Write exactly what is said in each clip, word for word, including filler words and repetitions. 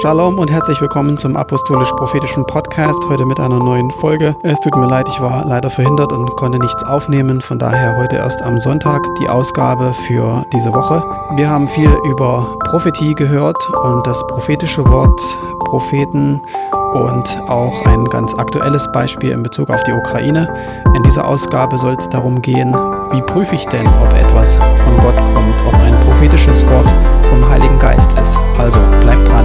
Shalom und herzlich willkommen zum Apostolisch-Prophetischen Podcast, heute mit einer neuen Folge. Es tut mir leid, ich war leider verhindert und konnte nichts aufnehmen, von daher heute erst am Sonntag die Ausgabe für diese Woche. Wir haben viel über Prophetie gehört und das prophetische Wort, Propheten und auch ein ganz aktuelles Beispiel in Bezug auf die Ukraine. In dieser Ausgabe soll es darum gehen, wie prüfe ich denn, ob etwas von Gott kommt, ob ein prophetisches Wort vom Heiligen Geist ist. Also bleibt dran.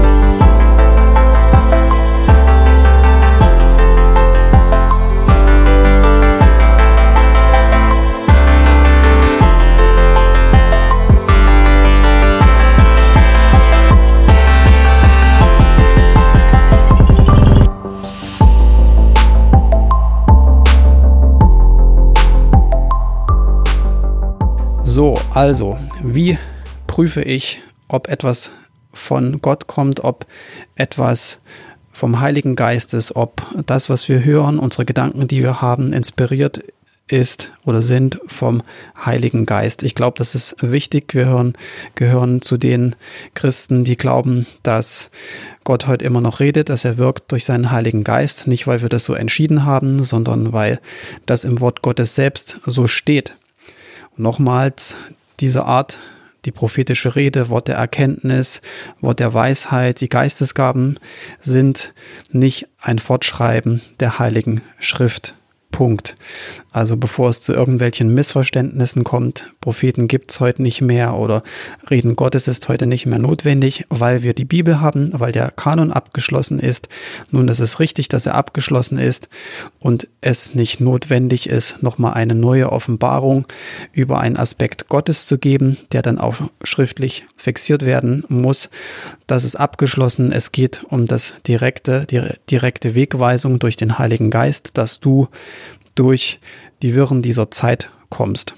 So, also, wie prüfe ich, ob etwas von Gott kommt, ob etwas vom Heiligen Geist ist, ob das, was wir hören, unsere Gedanken, die wir haben, inspiriert ist oder sind vom Heiligen Geist. Ich glaube, das ist wichtig. Wir hören, gehören zu den Christen, die glauben, dass Gott heute immer noch redet, dass er wirkt durch seinen Heiligen Geist. Nicht, weil wir das so entschieden haben, sondern weil das im Wort Gottes selbst so steht. Nochmals, diese Art, die prophetische Rede, Wort der Erkenntnis, Wort der Weisheit, die Geistesgaben sind nicht ein Fortschreiben der Heiligen Schrift. Punkt. Also bevor es zu irgendwelchen Missverständnissen kommt, Propheten gibt es heute nicht mehr oder Reden Gottes ist heute nicht mehr notwendig, weil wir die Bibel haben, weil der Kanon abgeschlossen ist. Nun, es ist richtig, dass er abgeschlossen ist und es nicht notwendig ist, nochmal eine neue Offenbarung über einen Aspekt Gottes zu geben, der dann auch schriftlich fixiert werden muss. Das ist abgeschlossen. Es geht um das direkte, die direkte Wegweisung durch den Heiligen Geist, dass du durch die Wirren dieser Zeit kommst.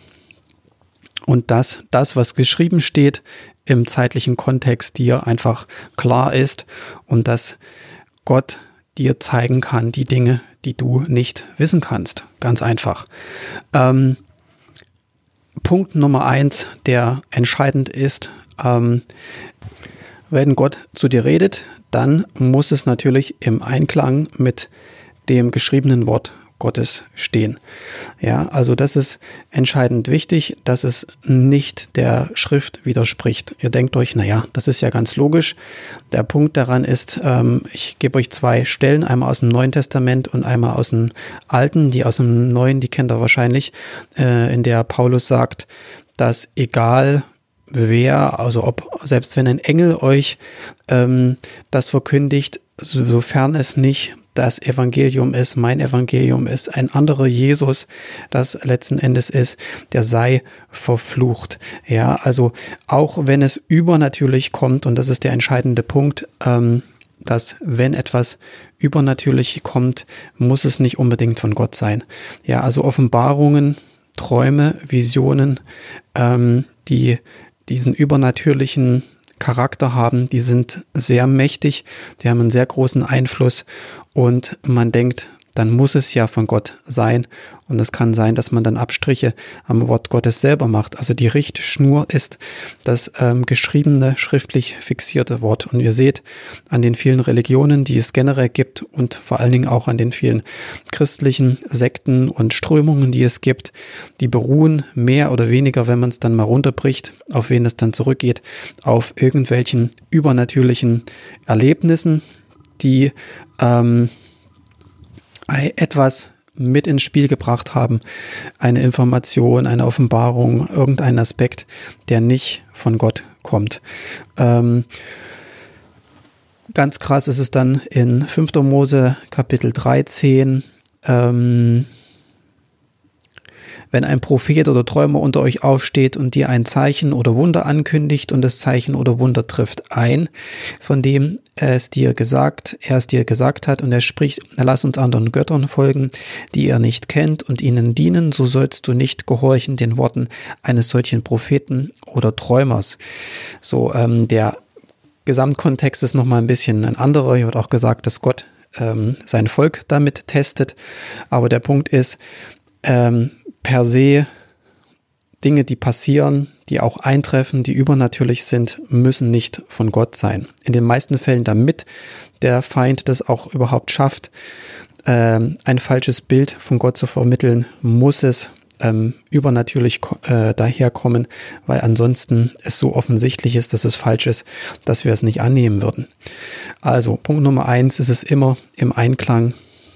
Und dass das, was geschrieben steht, im zeitlichen Kontext dir einfach klar ist und dass Gott dir zeigen kann, die Dinge, die du nicht wissen kannst. Ganz einfach. Ähm, Punkt Nummer eins, der entscheidend ist, ähm, wenn Gott zu dir redet, dann muss es natürlich im Einklang mit dem geschriebenen Wort Gottes stehen. Ja, also das ist entscheidend wichtig, dass es nicht der Schrift widerspricht. Ihr denkt euch, naja, das ist ja ganz logisch. Der Punkt daran ist, ähm, ich gebe euch zwei Stellen, einmal aus dem Neuen Testament und einmal aus dem Alten. Die aus dem Neuen, die kennt ihr wahrscheinlich, äh, in der Paulus sagt, dass egal wer, also ob, selbst wenn ein Engel euch ähm, das verkündigt, so, sofern es nicht das Evangelium ist, mein Evangelium ist, ein anderer Jesus, das letzten Endes ist, der sei verflucht. Ja, also auch wenn es übernatürlich kommt, und das ist der entscheidende Punkt, ähm, dass wenn etwas übernatürlich kommt, muss es nicht unbedingt von Gott sein. Ja, also Offenbarungen, Träume, Visionen, ähm, die diesen übernatürlichen Charakter haben, die sind sehr mächtig, die haben einen sehr großen Einfluss und man denkt, dann muss es ja von Gott sein und es kann sein, dass man dann Abstriche am Wort Gottes selber macht. Also die Richtschnur ist das ähm, geschriebene, schriftlich fixierte Wort und ihr seht an den vielen Religionen, die es generell gibt und vor allen Dingen auch an den vielen christlichen Sekten und Strömungen, die es gibt, die beruhen mehr oder weniger, wenn man es dann mal runterbricht, auf wen es dann zurückgeht, auf irgendwelchen übernatürlichen Erlebnissen, die ähm, etwas mit ins Spiel gebracht haben, eine Information, eine Offenbarung, irgendein Aspekt, der nicht von Gott kommt. Ähm, ganz krass ist es dann in fünfter Mose Kapitel dreizehn, ähm, wenn ein Prophet oder Träumer unter euch aufsteht und dir ein Zeichen oder Wunder ankündigt und das Zeichen oder Wunder trifft ein, von dem er es dir gesagt, er es dir gesagt hat und er spricht, lass uns anderen Göttern folgen, die ihr nicht kennt und ihnen dienen, so sollst du nicht gehorchen den Worten eines solchen Propheten oder Träumers. So, ähm, der Gesamtkontext ist nochmal ein bisschen ein anderer. Hier wird auch gesagt, dass Gott ähm, sein Volk damit testet. Aber der Punkt ist, ähm, per se Dinge, die passieren, die auch eintreffen, die übernatürlich sind, müssen nicht von Gott sein. In den meisten Fällen, damit der Feind das auch überhaupt schafft, ähm, ein falsches Bild von Gott zu vermitteln, muss es ähm, übernatürlich äh, daherkommen, weil ansonsten es so offensichtlich ist, dass es falsch ist, dass wir es nicht annehmen würden. Also Punkt Nummer eins ist es immer im Einklang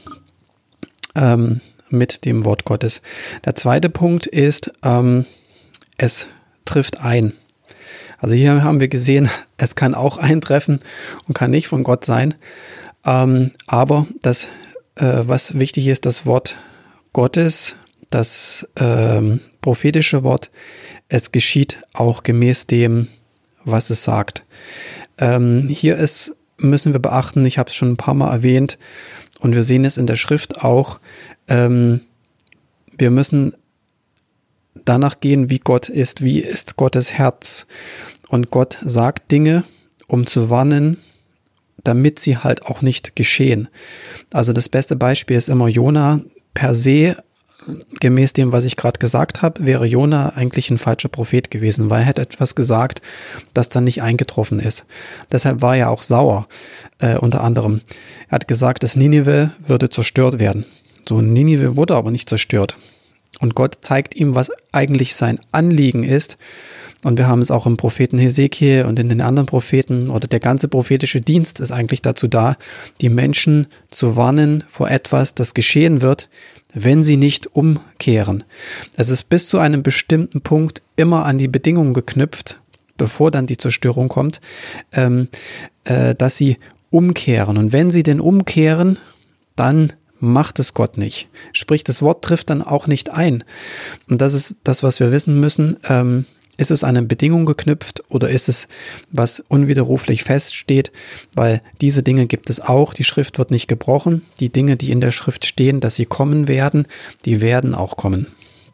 ähm, mit dem Wort Gottes. Der zweite Punkt ist, ähm, es trifft ein. Also hier haben wir gesehen, es kann auch eintreffen und kann nicht von Gott sein. Ähm, aber das, äh, was wichtig ist, das Wort Gottes, das ähm, prophetische Wort, es geschieht auch gemäß dem, was es sagt. Ähm, hier ist, müssen wir beachten, ich habe es schon ein paar Mal erwähnt und wir sehen es in der Schrift auch, ähm, wir müssen danach gehen, wie Gott ist, wie ist Gottes Herz. Und Gott sagt Dinge, um zu warnen, damit sie halt auch nicht geschehen. Also das beste Beispiel ist immer Jona. Per se, gemäß dem, was ich gerade gesagt habe, wäre Jona eigentlich ein falscher Prophet gewesen, weil er hätte etwas gesagt, das dann nicht eingetroffen ist. Deshalb war er auch sauer, äh, unter anderem. Er hat gesagt, dass Ninive würde zerstört werden. So, Ninive wurde aber nicht zerstört. Und Gott zeigt ihm, was eigentlich sein Anliegen ist. Und wir haben es auch im Propheten Hesekiel und in den anderen Propheten, oder der ganze prophetische Dienst ist eigentlich dazu da, die Menschen zu warnen vor etwas, das geschehen wird, wenn sie nicht umkehren. Es ist bis zu einem bestimmten Punkt immer an die Bedingungen geknüpft, bevor dann die Zerstörung kommt, ähm, äh, dass sie umkehren. Und wenn sie denn umkehren, dann macht es Gott nicht. Sprich, das Wort trifft dann auch nicht ein. Und das ist das, was wir wissen müssen. Ähm, ist es an eine Bedingung geknüpft oder ist es, was unwiderruflich feststeht? Weil diese Dinge gibt es auch. Die Schrift wird nicht gebrochen. Die Dinge, die in der Schrift stehen, dass sie kommen werden, die werden auch kommen.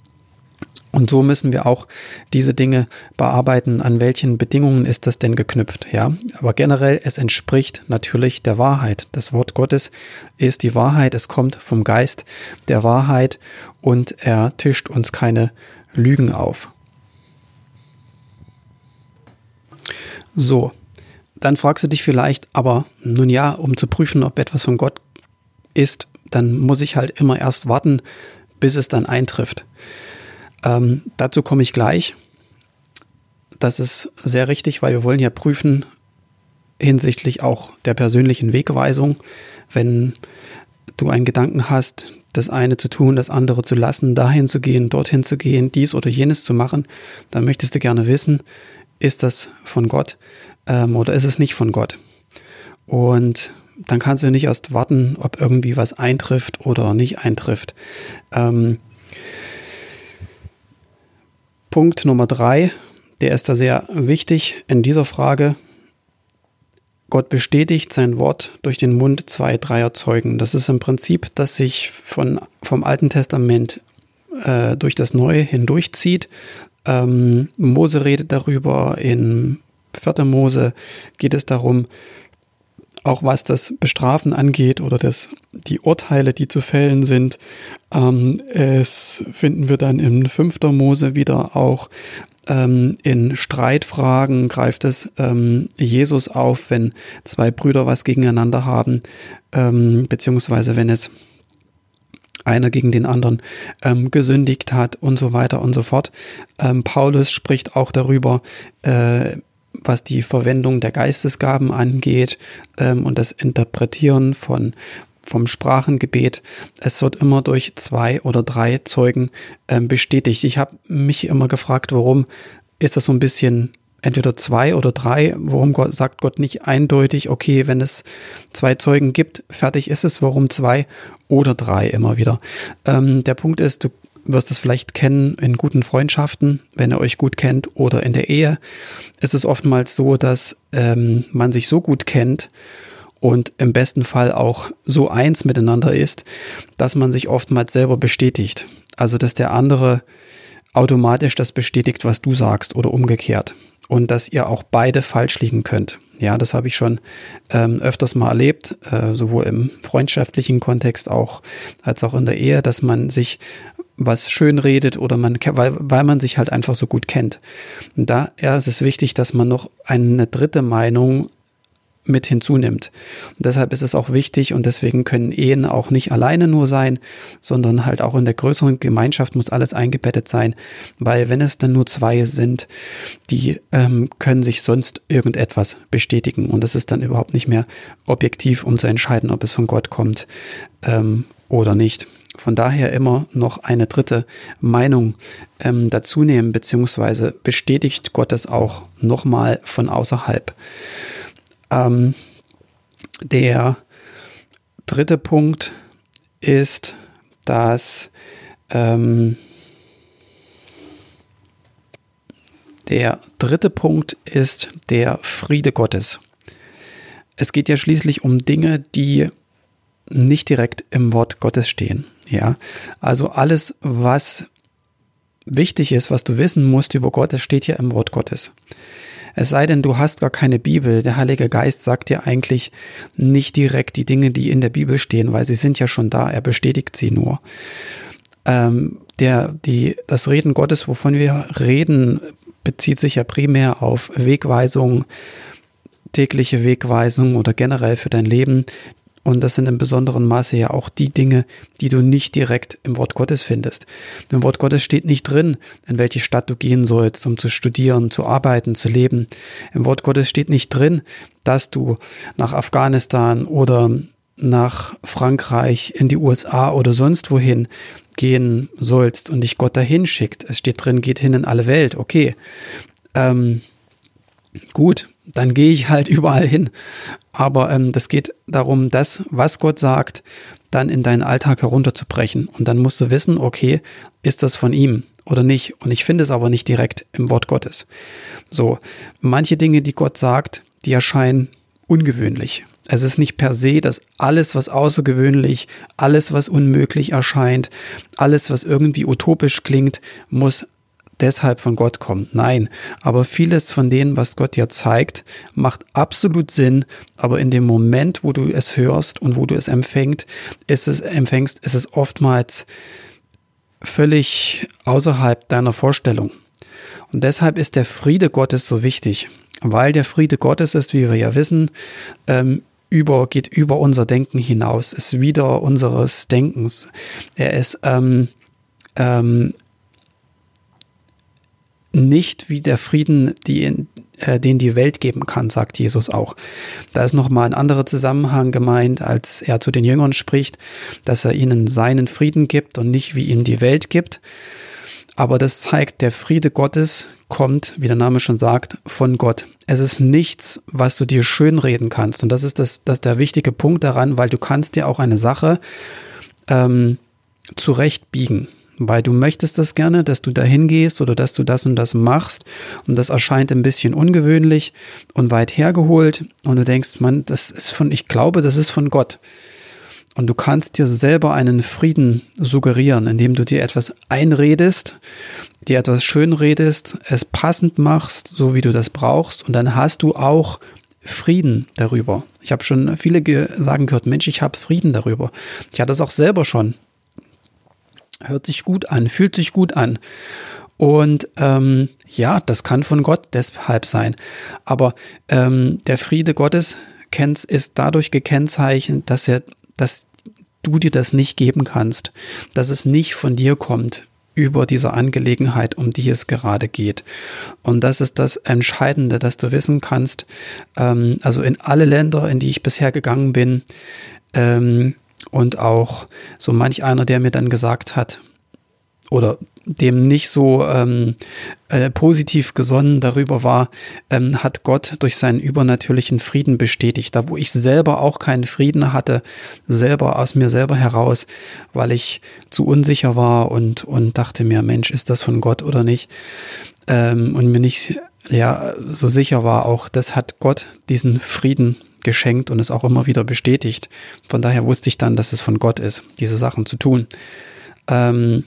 Und so müssen wir auch diese Dinge bearbeiten. An welchen Bedingungen ist das denn geknüpft? Ja, aber generell, es entspricht natürlich der Wahrheit. Das Wort Gottes ist die Wahrheit. Es kommt vom Geist der Wahrheit und er tischt uns keine Lügen auf. So, dann fragst du dich vielleicht, aber nun ja, um zu prüfen, ob etwas von Gott ist, dann muss ich halt immer erst warten, bis es dann eintrifft. Ähm, dazu komme ich gleich. Das ist sehr richtig, weil wir wollen ja prüfen hinsichtlich auch der persönlichen Wegweisung. Wenn du einen Gedanken hast, das eine zu tun, das andere zu lassen, dahin zu gehen, dorthin zu gehen, dies oder jenes zu machen, dann möchtest du gerne wissen, ist das von Gott ähm, oder ist es nicht von Gott? Und dann kannst du nicht erst warten, ob irgendwie was eintrifft oder nicht eintrifft. Ähm, Punkt Nummer drei, der ist da sehr wichtig in dieser Frage. Gott bestätigt sein Wort durch den Mund zwei, dreier Zeugen. Das ist im Prinzip, dass sich von, vom Alten Testament äh, durch das Neue hindurchzieht. Ähm, Mose redet darüber, in vierter Mose geht es darum, auch was das Bestrafen angeht oder das, die Urteile, die zu fällen sind. Ähm, es finden wir dann in fünfter Mose wieder auch ähm, in Streitfragen greift es ähm, Jesus auf, wenn zwei Brüder was gegeneinander haben, ähm, beziehungsweise wenn es einer gegen den anderen ähm, gesündigt hat und so weiter und so fort. Ähm, Paulus spricht auch darüber, äh, was die Verwendung der Geistesgaben angeht ähm, und das Interpretieren von vom Sprachengebet. Es wird immer durch zwei oder drei Zeugen ähm, bestätigt. Ich habe mich immer gefragt, warum ist das so ein bisschen entweder zwei oder drei, warum Gott, sagt Gott nicht eindeutig, okay, wenn es zwei Zeugen gibt, fertig ist es, warum zwei oder drei immer wieder. Ähm, der Punkt ist, du wirst es vielleicht kennen in guten Freundschaften, wenn ihr euch gut kennt, oder in der Ehe. Es ist oftmals so, dass ähm, man sich so gut kennt und im besten Fall auch so eins miteinander ist, dass man sich oftmals selber bestätigt. Also, dass der andere automatisch das bestätigt, was du sagst oder umgekehrt. Und dass ihr auch beide falsch liegen könnt. Ja, das habe ich schon ähm, öfters mal erlebt, äh, sowohl im freundschaftlichen Kontext auch als auch in der Ehe, dass man sich was schön redet oder man, weil, weil man sich halt einfach so gut kennt. Und da ja, ist es wichtig, dass man noch eine dritte Meinung mit hinzunimmt. Und deshalb ist es auch wichtig und deswegen können Ehen auch nicht alleine nur sein, sondern halt auch in der größeren Gemeinschaft muss alles eingebettet sein, weil wenn es dann nur zwei sind, die ähm, können sich sonst irgendetwas bestätigen und das ist dann überhaupt nicht mehr objektiv, um zu entscheiden, ob es von Gott kommt ähm, oder nicht. Von daher immer noch eine dritte Meinung ähm, dazu nehmen, beziehungsweise bestätigt Gott es auch nochmal von außerhalb. Ähm, der dritte Punkt ist, dass ähm, der dritte Punkt ist der Friede Gottes. Es geht ja schließlich um Dinge, die nicht direkt im Wort Gottes stehen. Ja, also alles, was wichtig ist, was du wissen musst über Gott, das steht ja im Wort Gottes. Es sei denn, du hast gar keine Bibel. Der Heilige Geist sagt dir eigentlich nicht direkt die Dinge, die in der Bibel stehen, weil sie sind ja schon da. Er bestätigt sie nur. Ähm, der, die, das Reden Gottes, wovon wir reden, bezieht sich ja primär auf Wegweisung, tägliche Wegweisung oder generell für dein Leben. Und das sind im besonderen Maße ja auch die Dinge, die du nicht direkt im Wort Gottes findest. Im Wort Gottes steht nicht drin, in welche Stadt du gehen sollst, um zu studieren, zu arbeiten, zu leben. Im Wort Gottes steht nicht drin, dass du nach Afghanistan oder nach Frankreich, in die U S A oder sonst wohin gehen sollst und dich Gott dahin schickt. Es steht drin, geht hin in alle Welt. Okay, ähm, gut, dann gehe ich halt überall hin. Aber ähm, das geht darum, das, was Gott sagt, dann in deinen Alltag herunterzubrechen. Und dann musst du wissen, okay, ist das von ihm oder nicht? Und ich finde es aber nicht direkt im Wort Gottes. So, manche Dinge, die Gott sagt, die erscheinen ungewöhnlich. Es ist nicht per se, dass alles, was außergewöhnlich, alles, was unmöglich erscheint, alles, was irgendwie utopisch klingt, muss deshalb von Gott kommt. Nein, aber vieles von dem, was Gott dir zeigt, macht absolut Sinn, aber in dem Moment, wo du es hörst und wo du es empfängst, ist es, empfängst, ist es oftmals völlig außerhalb deiner Vorstellung. Und deshalb ist der Friede Gottes so wichtig, weil der Friede Gottes ist, wie wir ja wissen, ähm, über, geht über unser Denken hinaus, ist wieder unseres Denkens. Er ist ähm, ähm, nicht wie der Frieden, die in, äh, den die Welt geben kann, sagt Jesus auch. Da ist nochmal ein anderer Zusammenhang gemeint, als er zu den Jüngern spricht, dass er ihnen seinen Frieden gibt und nicht wie ihm die Welt gibt. Aber das zeigt, der Friede Gottes kommt, wie der Name schon sagt, von Gott. Es ist nichts, was du dir schönreden kannst. Und das ist das, das ist der wichtige Punkt daran, weil du kannst dir auch eine Sache ähm, zurechtbiegen. Weil du möchtest das gerne, dass du dahin gehst oder dass du das und das machst und das erscheint ein bisschen ungewöhnlich und weit hergeholt und du denkst, Mann, das ist von, ich glaube, das ist von Gott. Und du kannst dir selber einen Frieden suggerieren, indem du dir etwas einredest, dir etwas schönredest, es passend machst, so wie du das brauchst und dann hast du auch Frieden darüber. Ich habe schon viele ge- sagen gehört, Mensch, ich habe Frieden darüber. Ich hatte das auch selber schon. Hört sich gut an, fühlt sich gut an. Und ähm, ja, das kann von Gott deshalb sein. Aber ähm, der Friede Gottes kennt, ist dadurch gekennzeichnet, dass er, dass du dir das nicht geben kannst, dass es nicht von dir kommt über diese Angelegenheit, um die es gerade geht. Und das ist das Entscheidende, dass du wissen kannst, ähm, also in alle Länder, in die ich bisher gegangen bin, ähm, und auch so manch einer, der mir dann gesagt hat, oder dem nicht so ähm, äh, positiv gesonnen darüber war, ähm, hat Gott durch seinen übernatürlichen Frieden bestätigt. Da wo ich selber auch keinen Frieden hatte, selber aus mir selber heraus, weil ich zu unsicher war und, und dachte mir, Mensch, ist das von Gott oder nicht? Ähm, und mir nicht ja so sicher war, auch das hat Gott diesen Frieden geschenkt und es auch immer wieder bestätigt. Von daher wusste ich dann, dass es von Gott ist, diese Sachen zu tun. Ähm,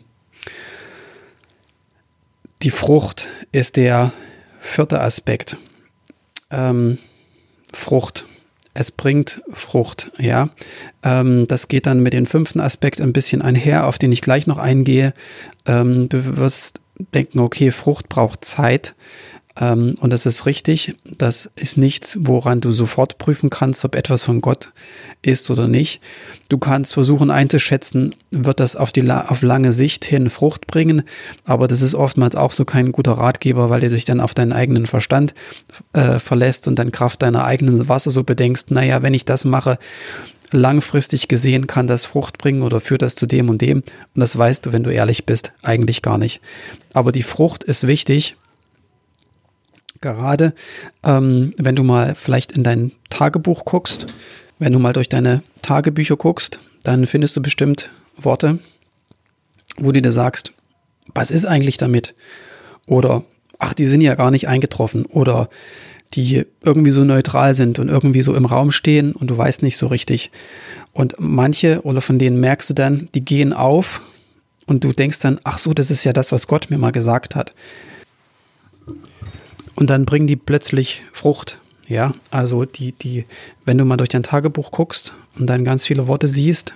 die Frucht ist der vierte Aspekt. Ähm, Frucht. Es bringt Frucht, ja. Ähm, das geht dann mit dem fünften Aspekt ein bisschen einher, auf den ich gleich noch eingehe. Ähm, du wirst denken, okay, Frucht braucht Zeit. Ähm, und das ist richtig. Das ist nichts, woran du sofort prüfen kannst, ob etwas von Gott ist oder nicht. Du kannst versuchen einzuschätzen, wird das auf die auf lange Sicht hin Frucht bringen, aber das ist oftmals auch so kein guter Ratgeber, weil du dich dann auf deinen eigenen Verstand äh, verlässt und dann Kraft deiner eigenen Wasser so bedenkst, naja, wenn ich das mache, langfristig gesehen kann das Frucht bringen oder führt das zu dem und dem. Und das weißt du, wenn du ehrlich bist, eigentlich gar nicht. Aber die Frucht ist wichtig. Gerade ähm, wenn du mal vielleicht in dein Tagebuch guckst, wenn du mal durch deine Tagebücher guckst, dann findest du bestimmt Worte, wo du dir sagst, was ist eigentlich damit? Oder, ach, die sind ja gar nicht eingetroffen. Oder die irgendwie so neutral sind und irgendwie so im Raum stehen und du weißt nicht so richtig. Und manche, oder von denen merkst du dann, die gehen auf und du denkst dann, ach so, das ist ja das, was Gott mir mal gesagt hat. Und dann bringen die plötzlich Frucht. Ja, also die, die, wenn du mal durch dein Tagebuch guckst und dann ganz viele Worte siehst,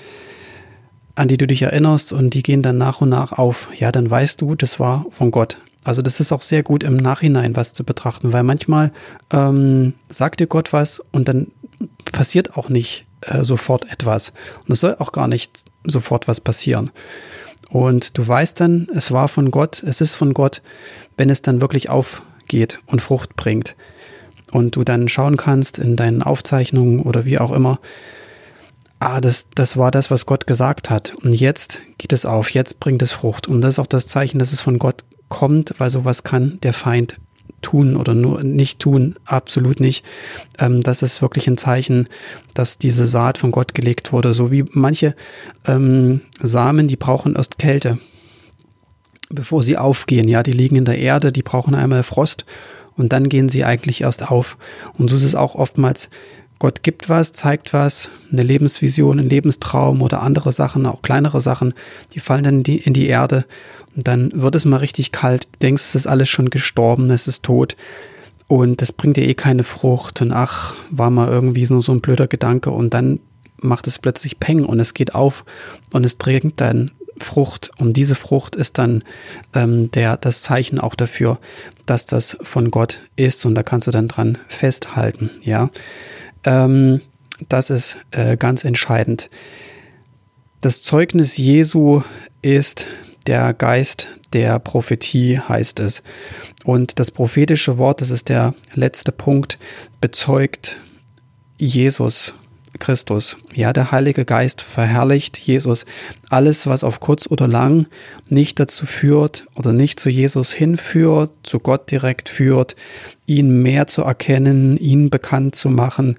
an die du dich erinnerst und die gehen dann nach und nach auf, ja, dann weißt du, das war von Gott. Also das ist auch sehr gut im Nachhinein was zu betrachten, weil manchmal ähm, sagt dir Gott was und dann passiert auch nicht äh, sofort etwas. Und es soll auch gar nicht sofort was passieren. Und du weißt dann, es war von Gott, es ist von Gott, wenn es dann wirklich aufgeht und Frucht bringt. Und du dann schauen kannst in deinen Aufzeichnungen oder wie auch immer, ah, das, das war das, was Gott gesagt hat. Und jetzt geht es auf, jetzt bringt es Frucht. Und das ist auch das Zeichen, dass es von Gott kommt, weil sowas kann der Feind tun oder nur nicht tun, absolut nicht. Ähm, das ist wirklich ein Zeichen, dass diese Saat von Gott gelegt wurde. So wie manche ähm, Samen, die brauchen erst Kälte, bevor sie aufgehen. Ja, die liegen in der Erde, die brauchen einmal Frost und dann gehen sie eigentlich erst auf. Und so ist es auch oftmals. Gott gibt was, zeigt was, eine Lebensvision, ein Lebenstraum oder andere Sachen, auch kleinere Sachen, die fallen dann in die, in die Erde und dann wird es mal richtig kalt. Du denkst, es ist alles schon gestorben, es ist tot und das bringt dir eh keine Frucht und ach, war mal irgendwie nur so ein blöder Gedanke und dann macht es plötzlich Peng und es geht auf und es trägt dann Frucht und diese Frucht ist dann ähm, der, das Zeichen auch dafür, dass das von Gott ist und da kannst du dann dran festhalten, ja. Ähm, das ist äh, ganz entscheidend. Das Zeugnis Jesu ist der Geist der Prophetie, heißt es. Und das prophetische Wort, das ist der letzte Punkt, bezeugt Jesus Christus. Ja, der Heilige Geist verherrlicht Jesus. Alles, was auf kurz oder lang nicht dazu führt oder nicht zu Jesus hinführt, zu Gott direkt führt, ihn mehr zu erkennen, ihn bekannt zu machen,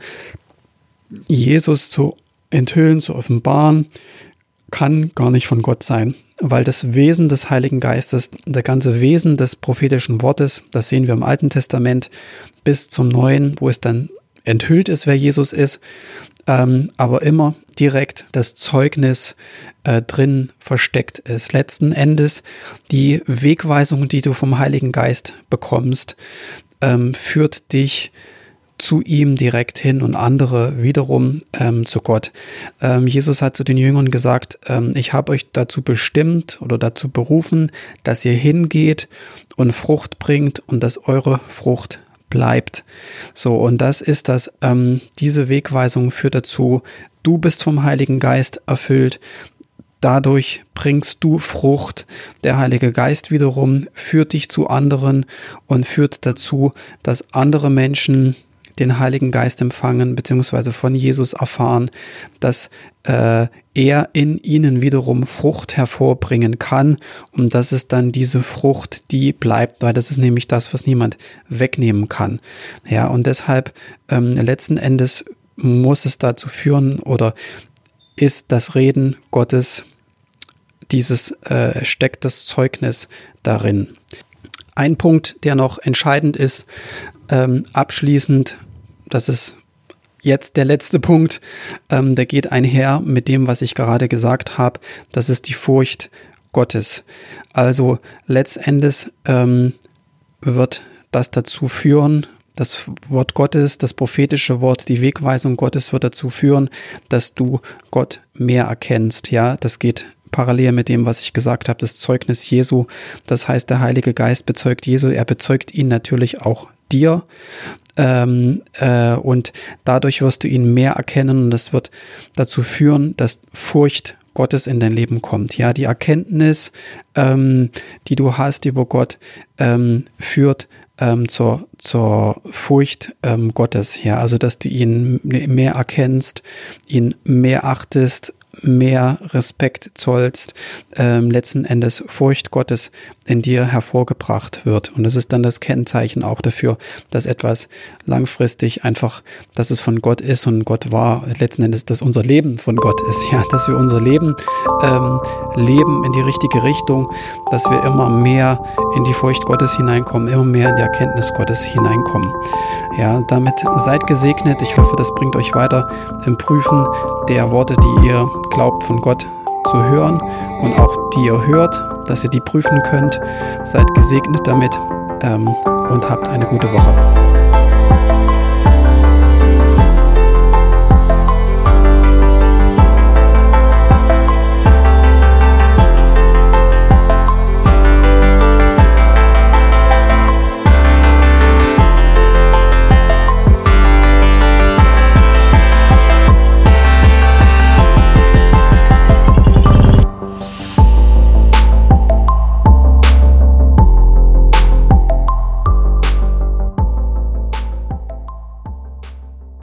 Jesus zu enthüllen, zu offenbaren, kann gar nicht von Gott sein, weil das Wesen des Heiligen Geistes, der ganze Wesen des prophetischen Wortes, das sehen wir im Alten Testament bis zum Neuen, wo es dann enthüllt ist, wer Jesus ist, ähm, aber immer direkt das Zeugnis äh, drin versteckt ist. Letzten Endes die Wegweisung, die du vom Heiligen Geist bekommst, ähm, führt dich zu ihm direkt hin und andere wiederum ähm, zu Gott. Ähm, Jesus hat zu den Jüngern gesagt, ähm, ich habe euch dazu bestimmt oder dazu berufen, dass ihr hingeht und Frucht bringt und dass eure Frucht bleibt. So, und das ist das, ähm, diese Wegweisung führt dazu, du bist vom Heiligen Geist erfüllt, dadurch bringst du Frucht. Der Heilige Geist wiederum führt dich zu anderen und führt dazu, dass andere Menschen den Heiligen Geist empfangen, beziehungsweise von Jesus erfahren, dass äh, er in ihnen wiederum Frucht hervorbringen kann. Und das ist dann diese Frucht, die bleibt, weil das ist nämlich das, was niemand wegnehmen kann. Ja, und deshalb ähm, letzten Endes muss es dazu führen oder ist das Reden Gottes, dieses äh, steckt das Zeugnis darin. Ein Punkt, der noch entscheidend ist, ähm, abschließend, das ist jetzt der letzte Punkt, ähm, der geht einher mit dem, was ich gerade gesagt habe, das ist die Furcht Gottes. Also letztendlich ähm, wird das dazu führen, das Wort Gottes, das prophetische Wort, die Wegweisung Gottes wird dazu führen, dass du Gott mehr erkennst. Ja, das geht parallel mit dem, was ich gesagt habe, das Zeugnis Jesu. Das heißt, der Heilige Geist bezeugt Jesu, er bezeugt ihn natürlich auch dir. Ähm, äh, und dadurch wirst du ihn mehr erkennen und das wird dazu führen, dass Furcht Gottes in dein Leben kommt. Ja, die Erkenntnis, ähm, die du hast über Gott, ähm, führt ähm, zur, zur Furcht ähm, Gottes. Ja, also dass du ihn mehr erkennst, ihn mehr achtest, mehr Respekt zollst, ähm, letzten Endes Furcht Gottes in dir hervorgebracht wird. Und das ist dann das Kennzeichen auch dafür, dass etwas langfristig einfach, dass es von Gott ist und Gott war, letzten Endes, dass unser Leben von Gott ist, ja, dass wir unser Leben ähm, leben in die richtige Richtung, dass wir immer mehr in die Furcht Gottes hineinkommen, immer mehr in die Erkenntnis Gottes hineinkommen. Ja, damit seid gesegnet. Ich hoffe, das bringt euch weiter im Prüfen der Worte, die ihr glaubt von Gott zu hören und auch die ihr hört, dass ihr die prüfen könnt. Seid gesegnet damit ähm, und habt eine gute Woche.